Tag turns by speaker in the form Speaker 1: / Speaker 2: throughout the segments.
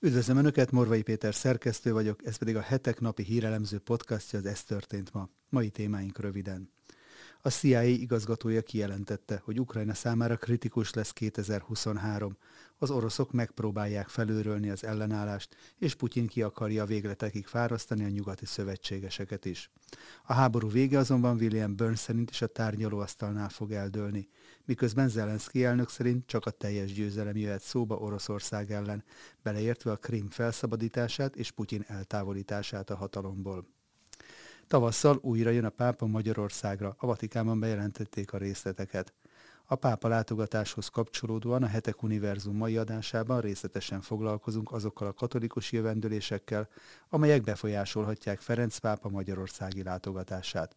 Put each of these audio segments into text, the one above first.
Speaker 1: Üdvözlöm Önöket, Morvai Péter szerkesztő vagyok, ez pedig a Hetek napi hírelemző podcastja, az Ez történt ma. Mai témáink röviden. A CIA igazgatója kijelentette, hogy Ukrajna számára kritikus lesz 2023. Az oroszok megpróbálják felülrölni az ellenállást, és Putyin ki akarja a végletekig fárasztani a nyugati szövetségeseket is. A háború vége azonban William Burns szerint is a tárgyalóasztalnál fog eldőlni, miközben Zelenszky elnök szerint csak a teljes győzelem jöhet szóba Oroszország ellen, beleértve a Krím felszabadítását és Putyin eltávolítását a hatalomból. Tavasszal újra jön a pápa Magyarországra, a Vatikánban bejelentették a részleteket. A pápa látogatáshoz kapcsolódóan a Hetek Univerzum mai adásában részletesen foglalkozunk azokkal a katolikus jövendőlésekkel, amelyek befolyásolhatják Ferenc pápa magyarországi látogatását.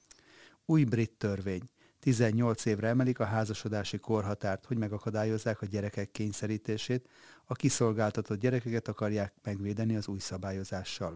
Speaker 1: Új brit törvény. 18 évre emelik a házasodási korhatárt, hogy megakadályozzák a gyerekek kényszerítését, a kiszolgáltatott gyerekeket akarják megvédeni az új szabályozással.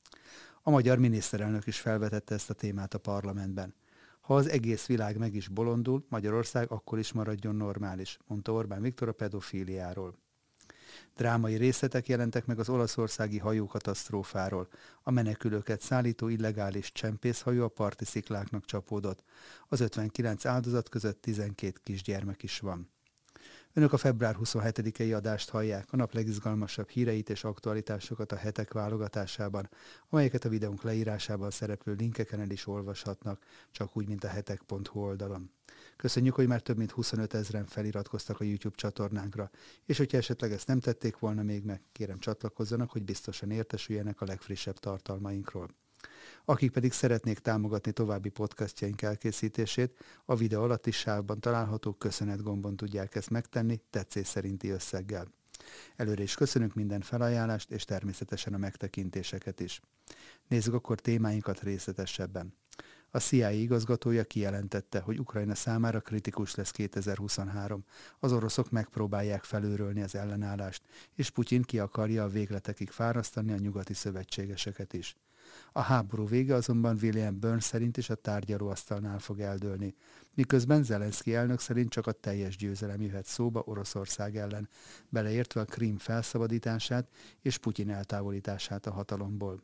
Speaker 1: A magyar miniszterelnök is felvetette ezt a témát a parlamentben. Ha az egész világ meg is bolondul, Magyarország akkor is maradjon normális, mondta Orbán Viktor a pedofíliáról. Drámai részletek jelentek meg az olaszországi hajókatasztrófáról. A menekülőket szállító illegális csempészhajó a parti szikláknak csapódott. Az 59 áldozat között 12 kisgyermek is van. Önök a február 27-i adást hallják, a nap legizgalmasabb híreit és aktualitásokat a Hetek válogatásában, amelyeket a videónk leírásában szereplő linkeken el is olvashatnak, csak úgy, mint a hetek.hu oldalon. Köszönjük, hogy már több mint 25 000-en feliratkoztak a YouTube csatornánkra, és hogyha esetleg ezt nem tették volna még meg, kérem csatlakozzanak, hogy biztosan értesüljenek a legfrissebb tartalmainkról. Akik pedig szeretnék támogatni további podcastjaink elkészítését, a videó alatti sávban található köszönet gombon tudják ezt megtenni tetszés szerinti összeggel. Előre is köszönünk minden felajánlást és természetesen a megtekintéseket is. Nézzük akkor témáinkat részletesebben. A CIA igazgatója kijelentette, hogy Ukrajna számára kritikus lesz 2023. Az oroszok megpróbálják felülrölni az ellenállást, és Putyin ki akarja a végletekig fárasztani a nyugati szövetségeseket is. A háború vége azonban William Burns szerint is a tárgyalóasztalnál fog eldőlni, miközben Zelenszky elnök szerint csak a teljes győzelem jöhet szóba Oroszország ellen, beleértve a Krím felszabadítását és Putyin eltávolítását a hatalomból.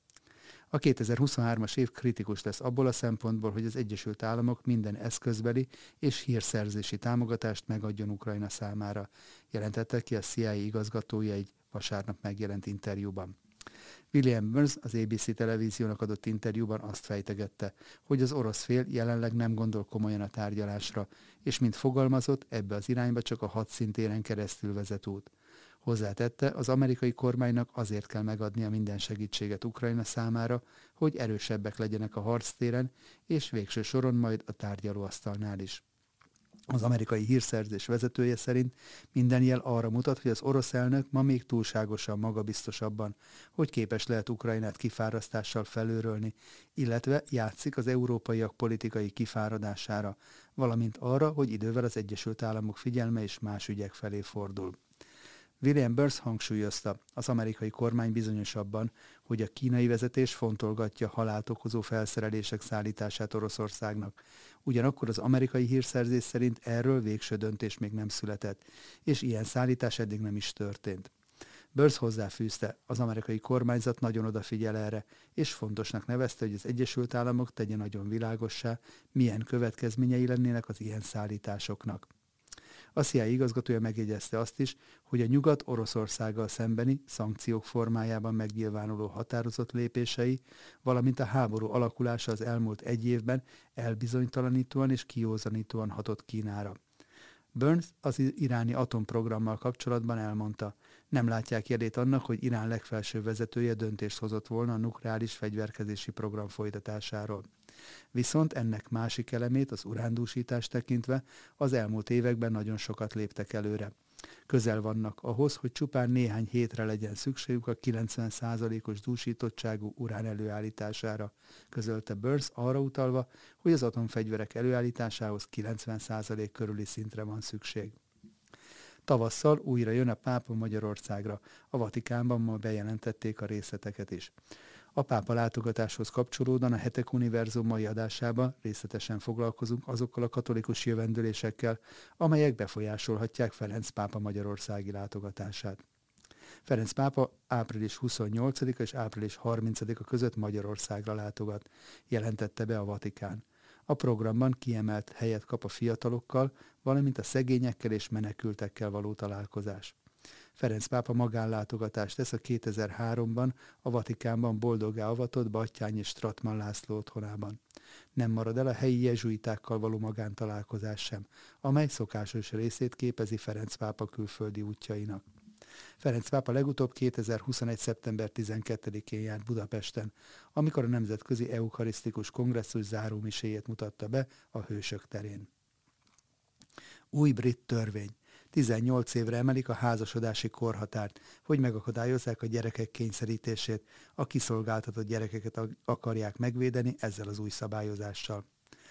Speaker 1: A 2023-as év kritikus lesz abból a szempontból, hogy az Egyesült Államok minden eszközbeli és hírszerzési támogatást megadjon Ukrajna számára, jelentette ki a CIA igazgatója egy vasárnap megjelent interjúban. William Burns az ABC televíziónak adott interjúban azt fejtegette, hogy az orosz fél jelenleg nem gondol komolyan a tárgyalásra, és mint fogalmazott, ebbe az irányba csak a hadszintéren keresztül vezet út. Hozzátette, az amerikai kormánynak azért kell megadnia minden segítséget Ukrajna számára, hogy erősebbek legyenek a harctéren, és végső soron majd a tárgyalóasztalnál is. Az amerikai hírszerzés vezetője szerint minden jel arra mutat, hogy az orosz elnök ma még túlságosan magabiztos abban, hogy képes lehet Ukrajnát kifárasztással felülrölni, illetve játszik az európaiak politikai kifáradására, valamint arra, hogy idővel az Egyesült Államok figyelme és más ügyek felé fordul. William Burns hangsúlyozta, az amerikai kormány bizonyos abban, hogy a kínai vezetés fontolgatja halált okozó felszerelések szállítását Oroszországnak. Ugyanakkor az amerikai hírszerzés szerint erről végső döntés még nem született, és ilyen szállítás eddig nem is történt. Burns hozzáfűzte, az amerikai kormányzat nagyon odafigyel erre, és fontosnak nevezte, hogy az Egyesült Államok tegye nagyon világossá, milyen következményei lennének az ilyen szállításoknak. A CIA igazgatója megjegyezte azt is, hogy a nyugat Oroszországgal szembeni szankciók formájában megnyilvánuló határozott lépései, valamint a háború alakulása az elmúlt egy évben elbizonytalanítóan és kiózanítóan hatott Kínára. Burns az iráni atomprogrammal kapcsolatban elmondta, nem látják jelét annak, hogy Irán legfelsőbb vezetője döntést hozott volna a nukleáris fegyverkezési program folytatásáról. Viszont ennek másik elemét, az urándúsítást tekintve az elmúlt években nagyon sokat léptek előre. Közel vannak ahhoz, hogy csupán néhány hétre legyen szükségük a 90%-os dúsítottságú urán előállítására, közölte Burns arra utalva, hogy az atomfegyverek előállításához 90% körüli szintre van szükség. Tavasszal újra jön a pápa Magyarországra, a Vatikánban ma bejelentették a részleteket is. A pápa látogatáshoz kapcsolódóan a Hetek Univerzum mai adásában részletesen foglalkozunk azokkal a katolikus jövendőlésekkel, amelyek befolyásolhatják Ferenc pápa magyarországi látogatását. Ferenc pápa április 28-a és április 30-a között Magyarországra látogat, jelentette be a Vatikán. A programban kiemelt helyet kap a fiatalokkal, valamint a szegényekkel és menekültekkel való találkozás. Ferenc pápa magánlátogatást tesz a 2003-ban a Vatikánban boldoggá avatott Batthyány és Stratman László otthonában. Nem marad el a helyi jezsuitákkal való magántalálkozás sem, amely szokásos részét képezi Ferenc pápa külföldi útjainak. Ferenc pápa legutóbb 2021. szeptember 12-én járt Budapesten, amikor a Nemzetközi Eukarisztikus Kongresszus zárómiséjét mutatta be a Hősök terén. Új brit törvény. 18 évre emelik a házasodási korhatárt, hogy megakadályozzák a gyerekek kényszerítését, a kiszolgáltatott gyerekeket akarják megvédeni ezzel az új szabályozással.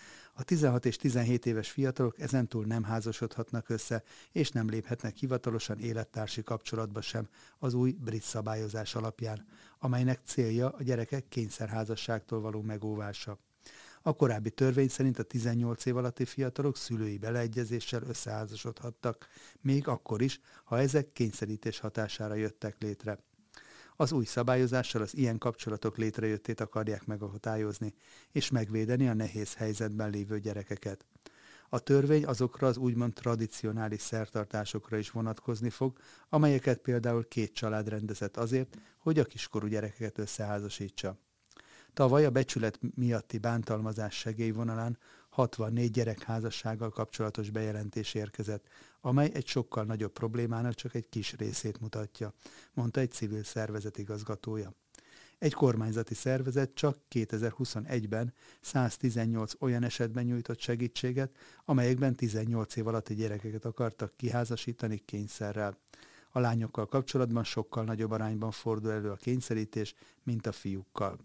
Speaker 1: A 16 és 17 éves fiatalok ezentúl nem házasodhatnak össze, és nem léphetnek hivatalosan élettársi kapcsolatba sem az új brit szabályozás alapján, amelynek célja a gyerekek kényszerházasságtól való megóvása. A korábbi törvény szerint a 18 év alatti fiatalok szülői beleegyezéssel összeházasodhattak, még akkor is, ha ezek kényszerítés hatására jöttek létre. Az új szabályozással az ilyen kapcsolatok létrejöttét akarják megakadályozni, és megvédeni a nehéz helyzetben lévő gyerekeket. A törvény azokra az úgymond tradicionális szertartásokra is vonatkozni fog, amelyeket például 2 család rendezett azért, hogy a kiskorú gyerekeket összeházasítsa. Tavaly a becsület miatti bántalmazás segélyvonalán 64 gyerekházassággal kapcsolatos bejelentés érkezett, amely egy sokkal nagyobb problémának csak egy kis részét mutatja, mondta egy civil szervezet igazgatója. Egy kormányzati szervezet csak 2021-ben 118 olyan esetben nyújtott segítséget, amelyekben 18 év alatti gyerekeket akartak kiházasítani kényszerrel. A lányokkal kapcsolatban sokkal nagyobb arányban fordul elő a kényszerítés, mint a fiúkkal.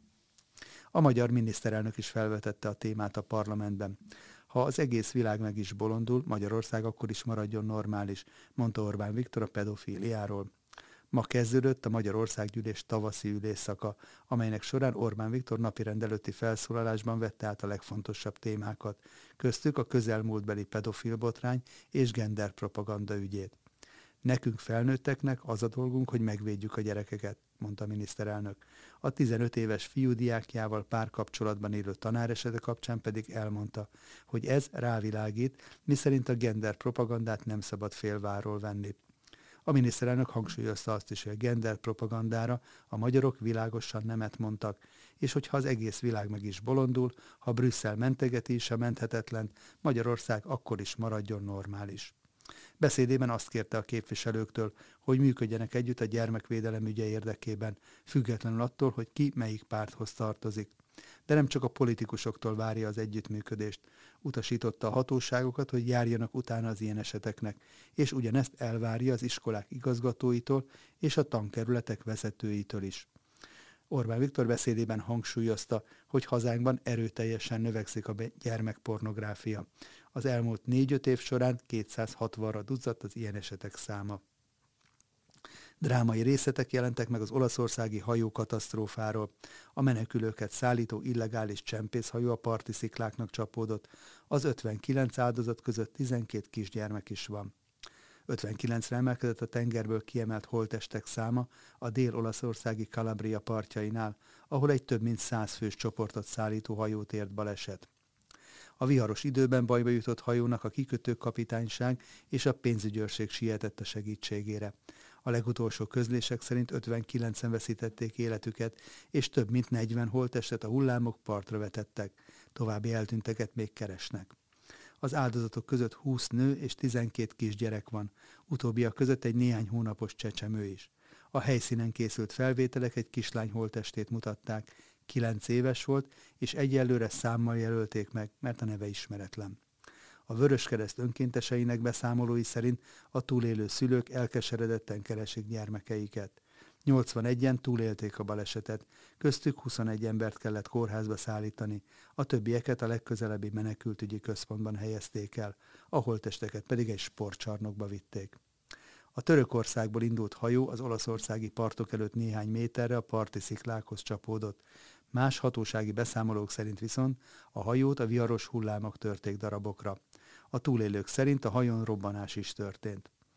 Speaker 1: A magyar miniszterelnök is felvetette a témát a parlamentben. Ha az egész világ meg is bolondul, Magyarország akkor is maradjon normális, mondta Orbán Viktor a pedofíliáról. Ma kezdődött a Magyarországgyűlés tavaszi ülésszaka, amelynek során Orbán Viktor napirend előtti felszólalásban vette át a legfontosabb témákat, köztük a közelmúltbeli pedofilbotrány és genderpropaganda ügyét. Nekünk felnőtteknek az a dolgunk, hogy megvédjük a gyerekeket, mondta a miniszterelnök. A 15 éves fiúdiákjával párkapcsolatban élő tanáresete kapcsán pedig elmondta, hogy ez rávilágít, miszerint a genderpropagandát nem szabad félváról venni. A miniszterelnök hangsúlyozta azt is, hogy a genderpropagandára a magyarok világosan nemet mondtak, és hogyha az egész világ meg is bolondul, ha Brüsszel mentegeti is a menthetetlen, Magyarország akkor is maradjon normális. Beszédében azt kérte a képviselőktől, hogy működjenek együtt a gyermekvédelem ügye érdekében, függetlenül attól, hogy ki melyik párthoz tartozik. De nem csak a politikusoktól várja az együttműködést. Utasította a hatóságokat, hogy járjanak utána az ilyen eseteknek, és ugyanezt elvárja az iskolák igazgatóitól és a tankerületek vezetőitől is. Orbán Viktor beszédében hangsúlyozta, hogy hazánkban erőteljesen növekszik a gyermekpornográfia. Az elmúlt 4-5 év során 260-ra duzzadt az ilyen esetek száma. Drámai részletek jelentek meg az olaszországi hajókatasztrófáról. A menekülőket szállító illegális csempészhajó a parti szikláknak csapódott. Az 59 áldozat között 12 kisgyermek is van. 59-re emelkedett a tengerből kiemelt holttestek száma a dél-olaszországi Calabria partjainál, ahol egy több mint 100 fős csoportot szállító hajót ért baleset. A viharos időben bajba jutott hajónak a kikötőkapitányság és a pénzügyőrség sietett a segítségére. A legutolsó közlések szerint 59-en veszítették életüket, és több mint 40 holttestet a hullámok partra vetettek. További eltűnteket még keresnek. Az áldozatok között 20 nő és 12 kisgyerek van, utóbbiak között egy néhány hónapos csecsemő is. A helyszínen készült felvételek egy kislány holttestét mutatták, 9 éves volt, és egyelőre számmal jelölték meg, mert a neve ismeretlen. A Vöröskereszt önkénteseinek beszámolói szerint a túlélő szülők elkeseredetten keresik gyermekeiket. 81-en túlélték a balesetet, köztük 21 embert kellett kórházba szállítani, a többieket a legközelebbi menekültügyi központban helyezték el, a holttesteket pedig egy sportcsarnokba vitték. A Törökországból indult hajó az olaszországi partok előtt néhány méterre a parti sziklákhoz csapódott. Más hatósági beszámolók szerint viszont a hajót a viharos hullámok törték darabokra. A túlélők szerint a hajón robbanás is történt.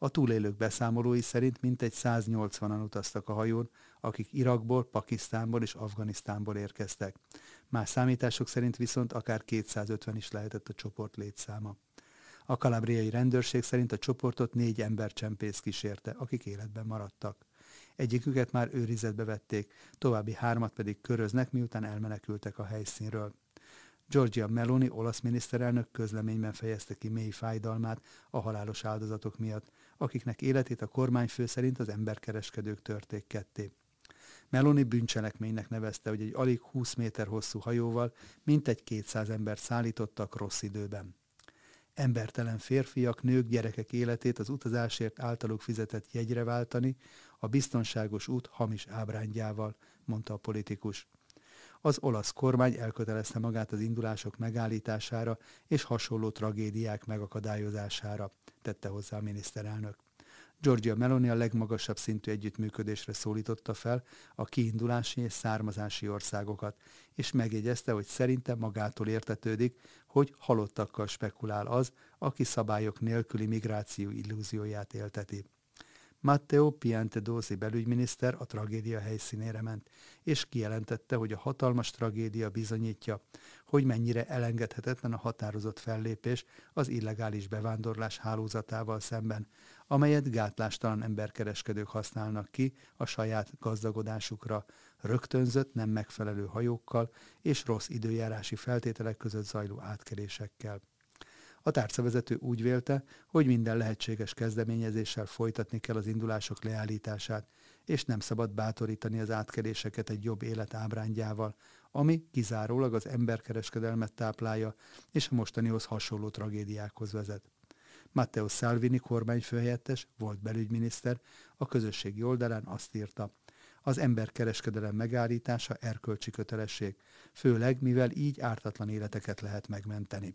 Speaker 1: A túlélők beszámolói szerint mintegy 180-an utaztak a hajón, akik Irakból, Pakisztánból és Afganisztánból érkeztek. Más számítások szerint viszont akár 250 is lehetett a csoport létszáma. A kalabriai rendőrség szerint a csoportot 4 embercsempész kísérte, akik életben maradtak. Egyiküket már őrizetbe vették, további 3 pedig köröznek, miután elmenekültek a helyszínről. Giorgia Meloni olasz miniszterelnök közleményben fejezte ki mély fájdalmát a halálos áldozatok miatt, akiknek életét a kormányfő szerint az emberkereskedők törték ketté. Meloni bűncselekménynek nevezte, hogy egy alig 20 méter hosszú hajóval mintegy 200 embert szállítottak rossz időben. Embertelen férfiak, nők, gyerekek életét az utazásért általuk fizetett jegyre váltani, a biztonságos út hamis ábrándjával, mondta a politikus. Az olasz kormány elkötelezte magát az indulások megállítására és hasonló tragédiák megakadályozására, tette hozzá a miniszterelnök. Giorgia Meloni a legmagasabb szintű együttműködésre szólította fel a kiindulási és származási országokat, és megjegyezte, hogy szerinte magától értetődik, hogy halottakkal spekulál az, aki szabályok nélküli migráció illúzióját élteti. Matteo Piantedosi belügyminiszter a tragédia helyszínére ment, és kijelentette, hogy a hatalmas tragédia bizonyítja, hogy mennyire elengedhetetlen a határozott fellépés az illegális bevándorlás hálózatával szemben, amelyet gátlástalan emberkereskedők használnak ki a saját gazdagodásukra, rögtönzött, nem megfelelő hajókkal és rossz időjárási feltételek között zajló átkelésekkel. A tárcavezető úgy vélte, hogy minden lehetséges kezdeményezéssel folytatni kell az indulások leállítását, és nem szabad bátorítani az átkeléseket egy jobb élet ábrándjával, ami kizárólag az emberkereskedelmet táplálja, és a mostanihoz hasonló tragédiákhoz vezet. Matteo Salvini kormányfőhelyettes, volt belügyminiszter, a közösségi oldalán azt írta: az emberkereskedelem megállítása erkölcsi kötelesség, főleg mivel így ártatlan életeket lehet megmenteni.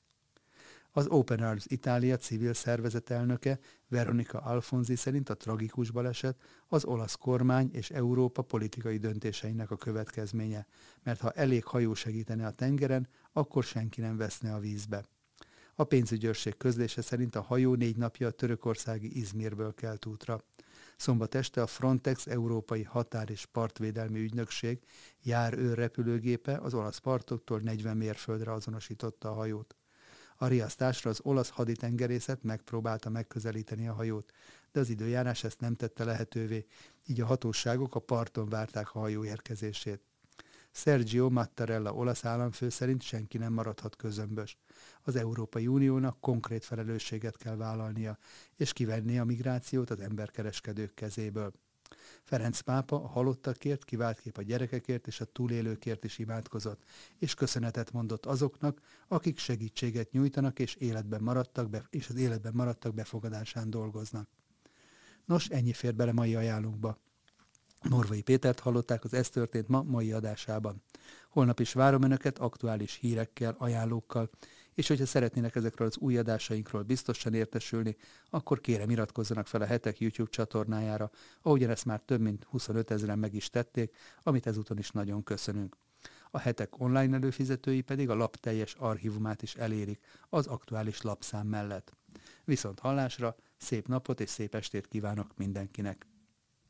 Speaker 1: Az Open Arms Italia civil szervezet elnöke Veronica Alfonsi szerint a tragikus baleset az olasz kormány és Európa politikai döntéseinek a következménye, mert ha elég hajó segítene a tengeren, akkor senki nem veszne a vízbe. A pénzügyőrség közlése szerint a hajó 4 napja a törökországi Izmirből kelt útra. Szombat este a Frontex Európai Határ- és Partvédelmi Ügynökség járőrrepülőgépe az olasz partoktól 40 mérföldre azonosította a hajót. A riasztásra az olasz haditengerészet megpróbálta megközelíteni a hajót, de az időjárás ezt nem tette lehetővé, így a hatóságok a parton várták a hajó érkezését. Sergio Mattarella olasz államfő szerint senki nem maradhat közömbös. Az Európai Uniónak konkrét felelősséget kell vállalnia, és kivenni a migrációt az emberkereskedők kezéből. Ferenc pápa a halottakért, kiváltképp a gyerekekért és a túlélőkért is imádkozott, és köszönetet mondott azoknak, akik segítséget nyújtanak és az életben maradtak befogadásán dolgoznak. Nos, ennyi fér bele mai ajánlunkba. Morvai Pétert hallották az Ez történt ma mai adásában. Holnap is várom Önöket aktuális hírekkel, ajánlókkal, és hogyha szeretnének ezekről az új adásainkról biztosan értesülni, akkor kérem iratkozzanak fel a Hetek YouTube csatornájára, ahogyan ezt már több mint 25 000-en meg is tették, amit ezúton is nagyon köszönünk. A Hetek online előfizetői pedig a lap teljes archívumát is elérik az aktuális lapszám mellett. Viszont hallásra, szép napot és szép estét kívánok mindenkinek!